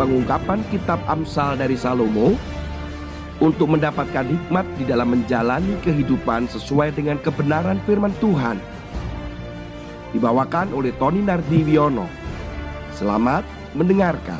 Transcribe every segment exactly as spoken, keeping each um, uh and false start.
pengungkapan kitab Amsal dari Salomo untuk mendapatkan hikmat di dalam menjalani kehidupan sesuai dengan kebenaran firman Tuhan. Dibawakan oleh Tony Nardiwiono. Selamat mendengarkan.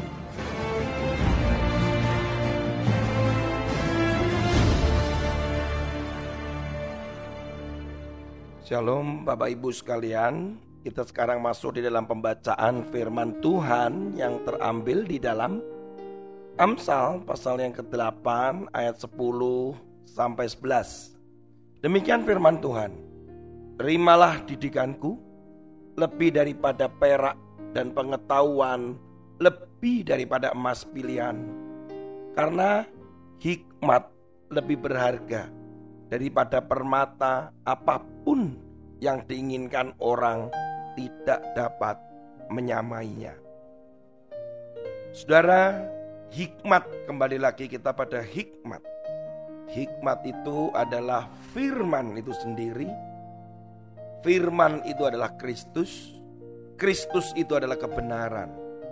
Shalom Bapak Ibu sekalian. Kita sekarang masuk di dalam pembacaan firman Tuhan yang terambil di dalam Amsal pasal yang kedelapan ayat sepuluh sampai sebelas. Demikian firman Tuhan. Terimalah didikanku lebih daripada perak, dan pengetahuan lebih daripada emas pilihan. Karena hikmat lebih berharga daripada permata, apapun yang diinginkan orang tidak dapat menyamainya. Saudara, hikmat, kembali lagi kita pada hikmat. Hikmat itu adalah firman itu sendiri. Firman itu adalah Kristus. Kristus itu adalah kebenaran.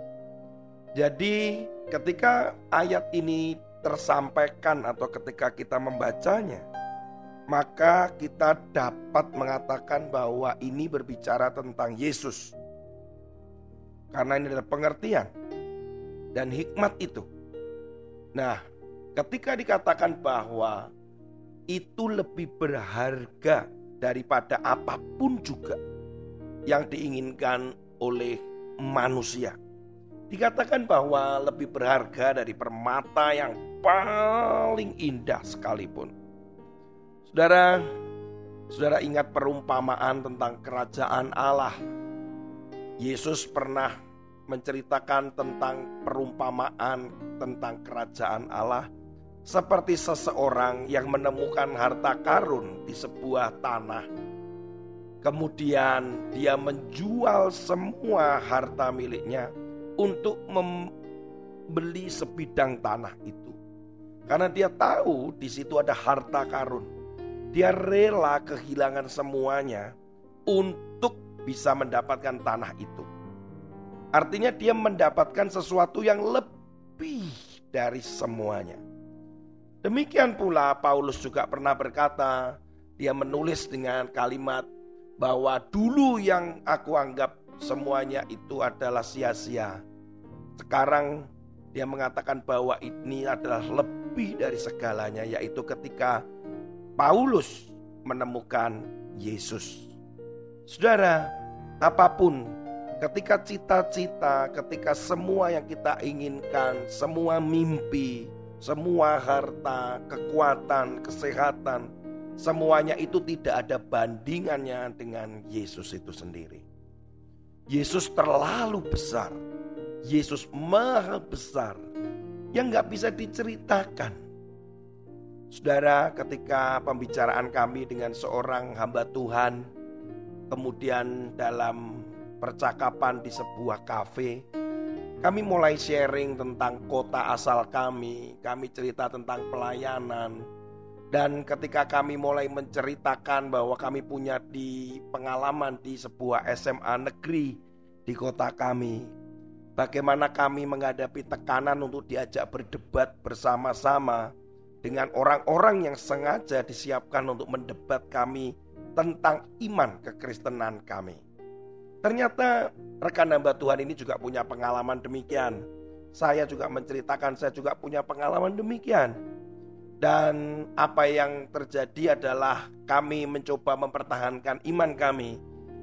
Jadi ketika ayat ini tersampaikan atau ketika kita membacanya, maka kita dapat mengatakan bahwa ini berbicara tentang Yesus. Karena ini adalah pengertian dan hikmat itu. Nah, ketika dikatakan bahwa itu lebih berharga daripada apapun juga yang diinginkan oleh manusia, dikatakan bahwa lebih berharga dari permata yang paling indah sekalipun. Saudara, saudara ingat perumpamaan tentang kerajaan Allah. Yesus pernah menceritakan tentang perumpamaan tentang kerajaan Allah seperti seseorang yang menemukan harta karun di sebuah tanah. Kemudian dia menjual semua harta miliknya untuk membeli sebidang tanah itu. Karena dia tahu di situ ada harta karun. Dia rela kehilangan semuanya untuk bisa mendapatkan tanah itu. Artinya dia mendapatkan sesuatu yang lebih dari semuanya. Demikian pula Paulus juga pernah berkata, dia menulis dengan kalimat bahwa dulu yang aku anggap semuanya itu adalah sia-sia. Sekarang dia mengatakan bahwa ini adalah lebih dari segalanya, yaitu ketika Paulus menemukan Yesus. Saudara, apapun, ketika cita-cita, ketika semua yang kita inginkan, semua mimpi, semua harta, kekuatan, kesehatan, semuanya itu tidak ada bandingannya dengan Yesus itu sendiri. Yesus terlalu besar. Yesus maha besar yang gak bisa diceritakan. Saudara, ketika pembicaraan kami dengan seorang hamba Tuhan, kemudian dalam percakapan di sebuah kafe, kami mulai sharing tentang kota asal kami. Kami cerita tentang pelayanan. Dan ketika kami mulai menceritakan bahwa kami punya di pengalaman di sebuah S M A negeri di kota kami, bagaimana kami menghadapi tekanan untuk diajak berdebat bersama-sama dengan orang-orang yang sengaja disiapkan untuk mendebat kami tentang iman kekristenan kami. Ternyata rekan hamba Tuhan ini juga punya pengalaman demikian. Saya juga menceritakan, saya juga punya pengalaman demikian. Dan apa yang terjadi adalah kami mencoba mempertahankan iman kami.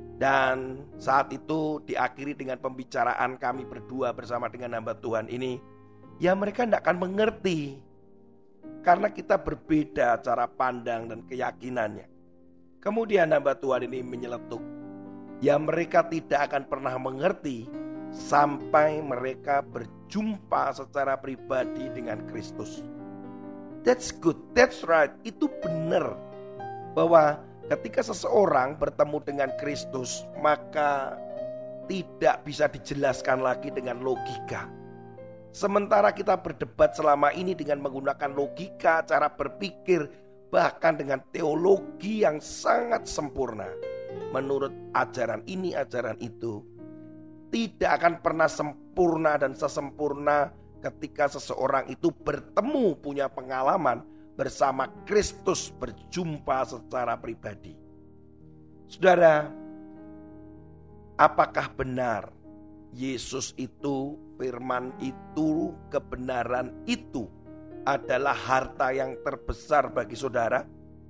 Dan saat itu diakhiri dengan pembicaraan kami berdua bersama dengan hamba Tuhan ini. Ya, mereka tidak akan mengerti karena kita berbeda cara pandang dan keyakinannya. Kemudian hamba Tuhan ini menyeletuk, ya mereka tidak akan pernah mengerti sampai mereka berjumpa secara pribadi dengan Kristus. That's good, that's right, itu benar. Bahwa ketika seseorang bertemu dengan Kristus, maka tidak bisa dijelaskan lagi dengan logika. Sementara kita berdebat selama ini dengan menggunakan logika, cara berpikir, bahkan dengan teologi yang sangat sempurna. Menurut ajaran ini, ajaran itu, tidak akan pernah sempurna dan sesempurna ketika seseorang itu bertemu, punya pengalaman bersama Kristus, berjumpa secara pribadi. Saudara, apakah benar Yesus itu, firman itu, kebenaran itu adalah harta yang terbesar bagi saudara?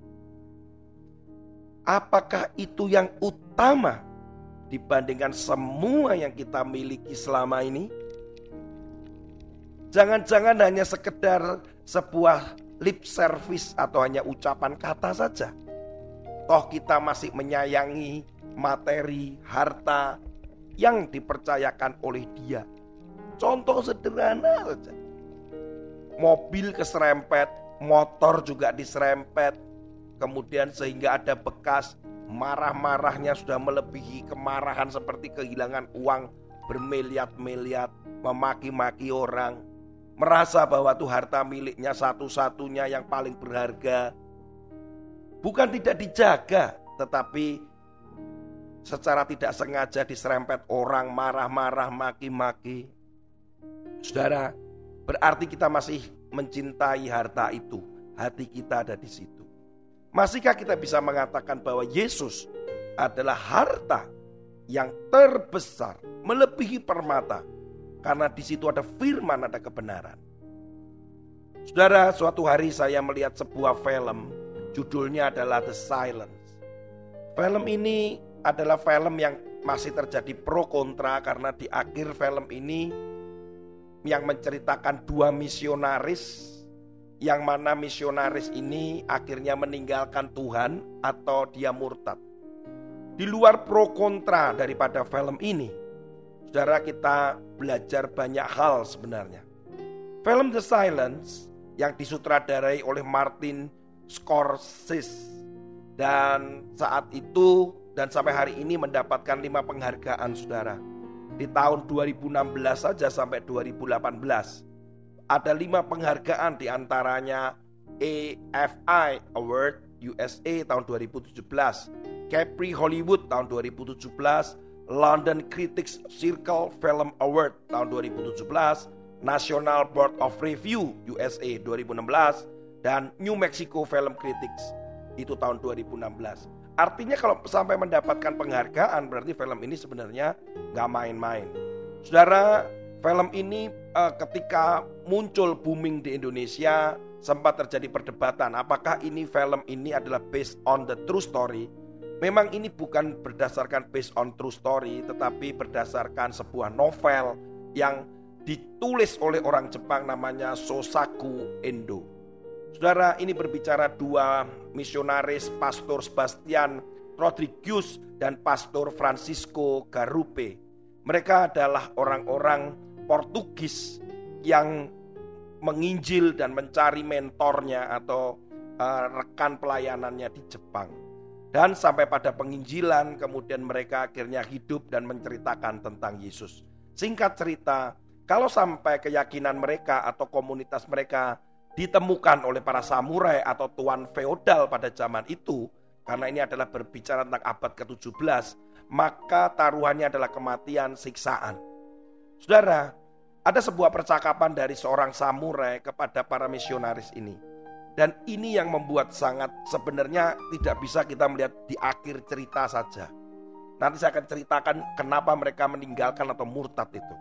Apakah itu yang utama dibandingkan semua yang kita miliki selama ini? Jangan-jangan hanya sekedar sebuah lip service atau hanya ucapan kata saja. Toh kita masih menyayangi materi, harta yang dipercayakan oleh Dia. Contoh sederhana saja. Mobil keserempet, motor juga diserempet, kemudian sehingga ada bekas. Marah-marahnya sudah melebihi kemarahan seperti kehilangan uang bermiliar-miliar, memaki-maki orang. Merasa bahwa itu harta miliknya satu-satunya yang paling berharga. Bukan tidak dijaga, tetapi secara tidak sengaja diserempet orang, marah-marah, maki-maki. Saudara, berarti kita masih mencintai harta itu. Hati kita ada di situ. Masihkah kita bisa mengatakan bahwa Yesus adalah harta yang terbesar, melebihi permata? Karena di situ ada firman, ada kebenaran. Saudara, suatu hari saya melihat sebuah film, judulnya adalah The Silence. Film ini adalah film yang masih terjadi pro kontra, karena di akhir film ini yang menceritakan dua misionaris, yang mana misionaris ini akhirnya meninggalkan Tuhan atau dia murtad. Di luar pro kontra daripada film ini, saudara, kita belajar banyak hal sebenarnya. Film The Silence yang disutradarai oleh Martin Scorsese, dan saat itu dan sampai hari ini mendapatkan lima penghargaan, saudara. Di tahun dua ribu enam belas saja sampai dua ribu delapan belas ada lima penghargaan, diantaranya A F I Award U S A tahun dua ribu tujuh belas, Capri Hollywood tahun dua ribu tujuh belas, London Critics Circle Film Award tahun dua ribu tujuh belas, National Board of Review U S A dua ribu enam belas, dan New Mexico Film Critics itu tahun dua ribu enam belas. Artinya kalau sampai mendapatkan penghargaan, berarti film ini sebenarnya gak main-main. Saudara, film ini eh, ketika muncul booming di Indonesia, sempat terjadi perdebatan apakah ini film ini adalah based on the true story. Memang ini bukan berdasarkan based on true story, tetapi berdasarkan sebuah novel yang ditulis oleh orang Jepang namanya Shosaku Endo. Saudara, ini berbicara dua misionaris, Pastor Sebastian Rodriguez dan Pastor Francisco Garupe. Mereka adalah orang-orang Portugis yang menginjil dan mencari mentornya atau uh, rekan pelayanannya di Jepang. Dan sampai pada penginjilan, kemudian mereka akhirnya hidup dan menceritakan tentang Yesus. Singkat cerita, kalau sampai keyakinan mereka atau komunitas mereka ditemukan oleh para samurai atau tuan feodal pada zaman itu, karena ini adalah berbicara tentang abad ke tujuh belas, maka taruhannya adalah kematian, siksaan. Saudara, ada sebuah percakapan dari seorang samurai kepada para misionaris ini. Dan ini yang membuat sangat, sebenarnya tidak bisa kita melihat di akhir cerita saja. Nanti saya akan ceritakan kenapa mereka meninggalkan atau murtad itu.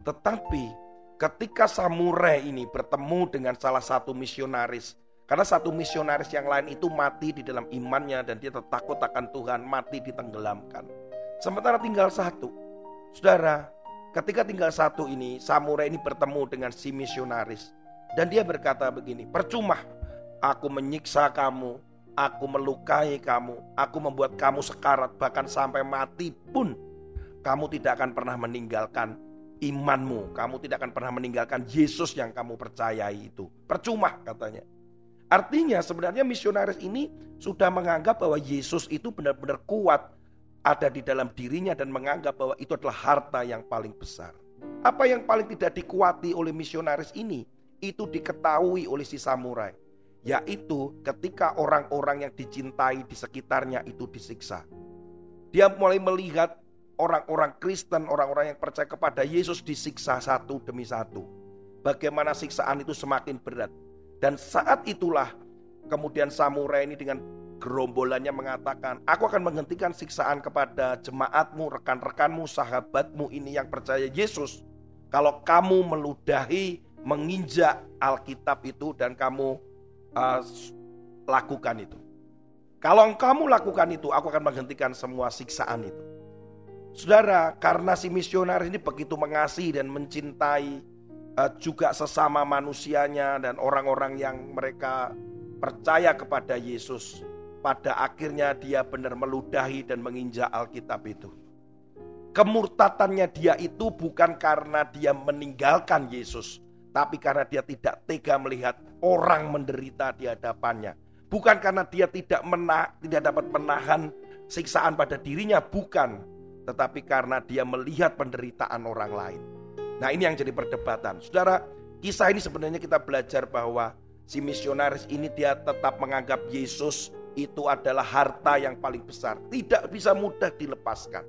Tetapi ketika samurai ini bertemu dengan salah satu misionaris, karena satu misionaris yang lain itu mati di dalam imannya dan dia takut akan Tuhan, mati ditenggelamkan. Sementara tinggal satu. Saudara, ketika tinggal satu ini, samurai ini bertemu dengan si misionaris. Dan dia berkata begini, percuma aku menyiksa kamu, aku melukai kamu, aku membuat kamu sekarat, bahkan sampai mati pun kamu tidak akan pernah meninggalkan imanmu, kamu tidak akan pernah meninggalkan Yesus yang kamu percayai itu. Percuma, katanya. Artinya sebenarnya misionaris ini sudah menganggap bahwa Yesus itu benar-benar kuat ada di dalam dirinya dan menganggap bahwa itu adalah harta yang paling besar. Apa yang paling tidak dikuati oleh misionaris ini, itu diketahui oleh si samurai, yaitu ketika orang-orang yang dicintai di sekitarnya itu disiksa. Dia mulai melihat orang-orang Kristen, orang-orang yang percaya kepada Yesus disiksa satu demi satu. bagaimana siksaan itu semakin berat. Dan saat itulah kemudian samurai ini dengan gerombolannya mengatakan, aku akan menghentikan siksaan kepada jemaatmu, rekan-rekanmu, sahabatmu ini yang percaya Yesus, kalau kamu meludahi, menginjak Alkitab itu dan kamu uh, lakukan itu. Kalau kamu lakukan itu, aku akan menghentikan semua siksaan itu. Saudara, karena si misionaris ini begitu mengasihi dan mencintai uh, juga sesama manusianya dan orang-orang yang mereka percaya kepada Yesus, pada akhirnya dia benar meludahi dan menginjak Alkitab itu. Kemurtadannya dia itu bukan karena dia meninggalkan Yesus, tapi karena dia tidak tega melihat orang menderita di hadapannya. Bukan karena dia tidak mena- tidak dapat menahan siksaan pada dirinya, bukan. Tetapi karena dia melihat penderitaan orang lain. Nah, ini yang jadi perdebatan. Saudara, kisah ini sebenarnya kita belajar bahwa si misionaris ini dia tetap menganggap Yesus itu adalah harta yang paling besar. Tidak bisa mudah dilepaskan.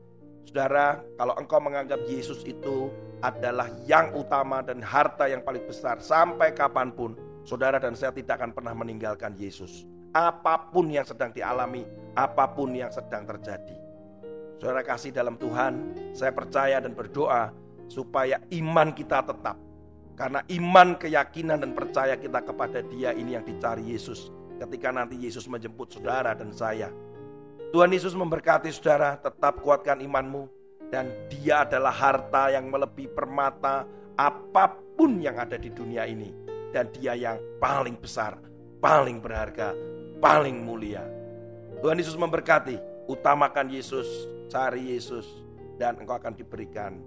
Saudara, kalau engkau menganggap Yesus itu adalah yang utama dan harta yang paling besar, sampai kapanpun saudara dan saya tidak akan pernah meninggalkan Yesus. Apapun yang sedang dialami, apapun yang sedang terjadi. Saudara kasih dalam Tuhan, saya percaya dan berdoa supaya iman kita tetap. Karena iman, keyakinan dan percaya kita kepada Dia ini yang dicari Yesus ketika nanti Yesus menjemput saudara dan saya. Tuhan Yesus memberkati saudara, tetap kuatkan imanmu. Dan Dia adalah harta yang melebihi permata apapun yang ada di dunia ini. Dan Dia yang paling besar, paling berharga, paling mulia. Tuhan Yesus memberkati. Utamakan Yesus, cari Yesus, dan engkau akan diberikan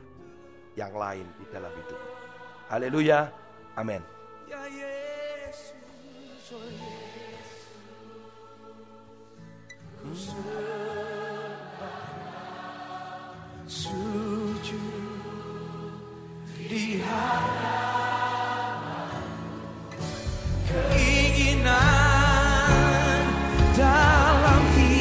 yang lain di dalam hidup. Haleluya, amin. Ya Yesus, oh Yesus, ku sembah, sujud di hadapan, keinginan dalam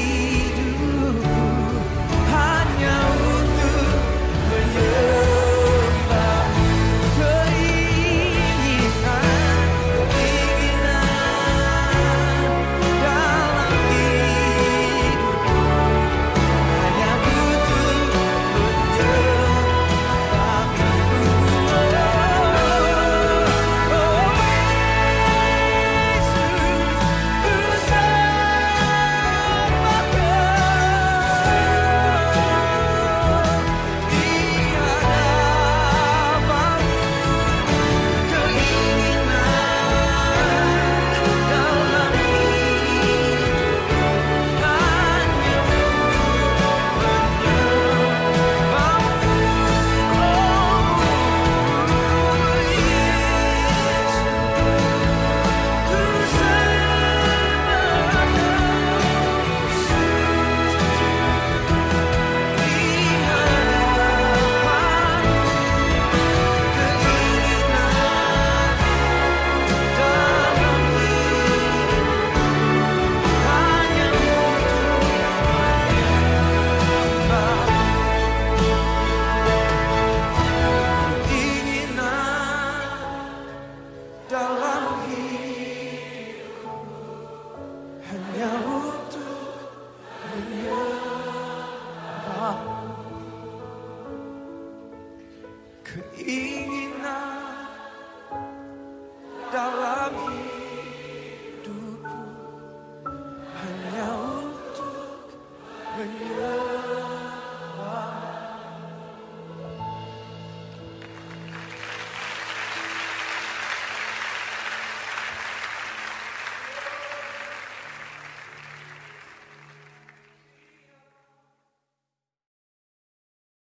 keinginan dalam hidupku hanya untuk menyembah.